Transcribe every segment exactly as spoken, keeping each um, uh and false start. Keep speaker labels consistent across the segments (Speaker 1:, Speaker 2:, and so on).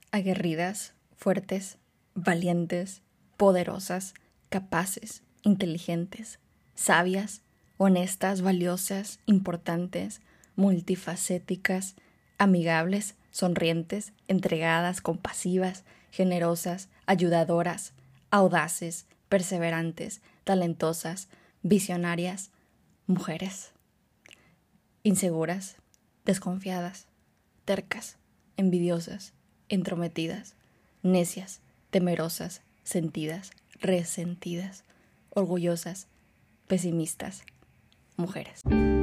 Speaker 1: aguerridas, fuertes, valientes, poderosas, capaces, inteligentes, sabias, honestas, valiosas, importantes, multifacéticas, amigables, sonrientes, entregadas, compasivas, generosas, ayudadoras, audaces, perseverantes, talentosas, visionarias, mujeres, inseguras, desconfiadas, tercas, envidiosas, entrometidas, necias, temerosas, sentidas, resentidas, orgullosas, pesimistas, mujeres.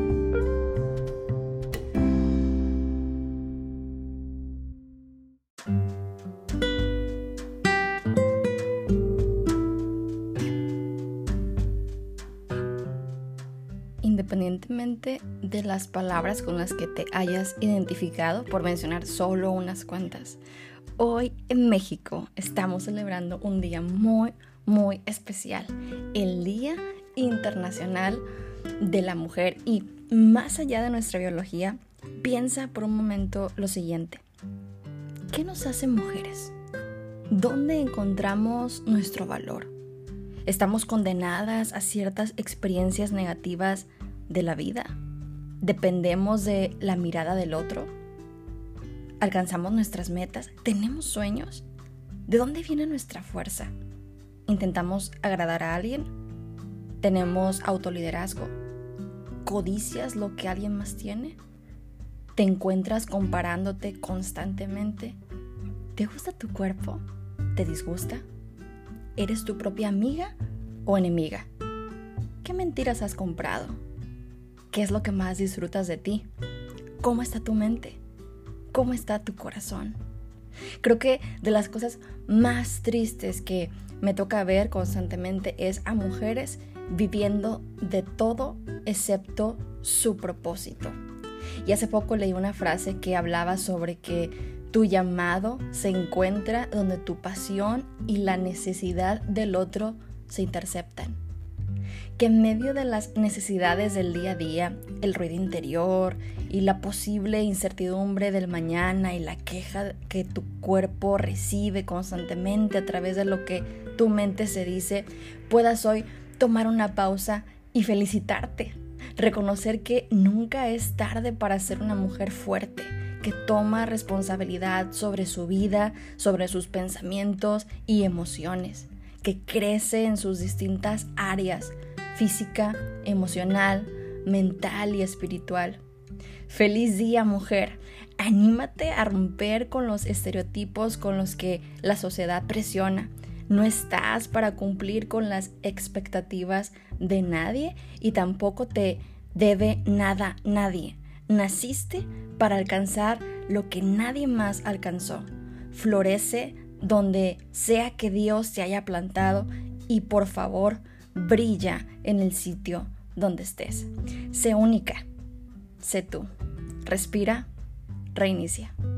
Speaker 1: Independientemente de las palabras con las que te hayas identificado, por mencionar solo unas cuantas, hoy en México estamos celebrando un día muy, muy especial, el Día Internacional de la Mujer. Y más allá de nuestra biología, piensa por un momento lo siguiente: ¿qué nos hace mujeres? ¿Dónde encontramos nuestro valor? ¿Estamos condenadas a ciertas experiencias negativas de la vida? ¿Dependemos de la mirada del otro? ¿Alcanzamos nuestras metas? ¿Tenemos sueños? ¿De dónde viene nuestra fuerza? ¿Intentamos agradar a alguien? ¿Tenemos autoliderazgo? ¿Codicias lo que alguien más tiene? ¿Te encuentras comparándote constantemente? ¿Te gusta tu cuerpo? ¿Te disgusta? ¿Eres tu propia amiga o enemiga? ¿Qué mentiras has comprado? ¿Qué es lo que más disfrutas de ti? ¿Cómo está tu mente? ¿Cómo está tu corazón? Creo que de las cosas más tristes que me toca ver constantemente es a mujeres viviendo de todo excepto su propósito. Y hace poco leí una frase que hablaba sobre que tu llamado se encuentra donde tu pasión y la necesidad del otro se interceptan. Que en medio de las necesidades del día a día, el ruido interior y la posible incertidumbre del mañana y la queja que tu cuerpo recibe constantemente a través de lo que tu mente se dice, puedas hoy tomar una pausa y felicitarte. Reconocer que nunca es tarde para ser una mujer fuerte, que toma responsabilidad sobre su vida, sobre sus pensamientos y emociones, que crece en sus distintas áreas: física, emocional, mental y espiritual. Feliz día, mujer. Anímate a romper con los estereotipos con los que la sociedad presiona. No estás para cumplir con las expectativas de nadie y tampoco te debe nada nadie. Naciste para alcanzar lo que nadie más alcanzó. Florece donde sea que Dios te haya plantado y por favor, brilla en el sitio donde estés. Sé única, sé tú. Respira, reinicia.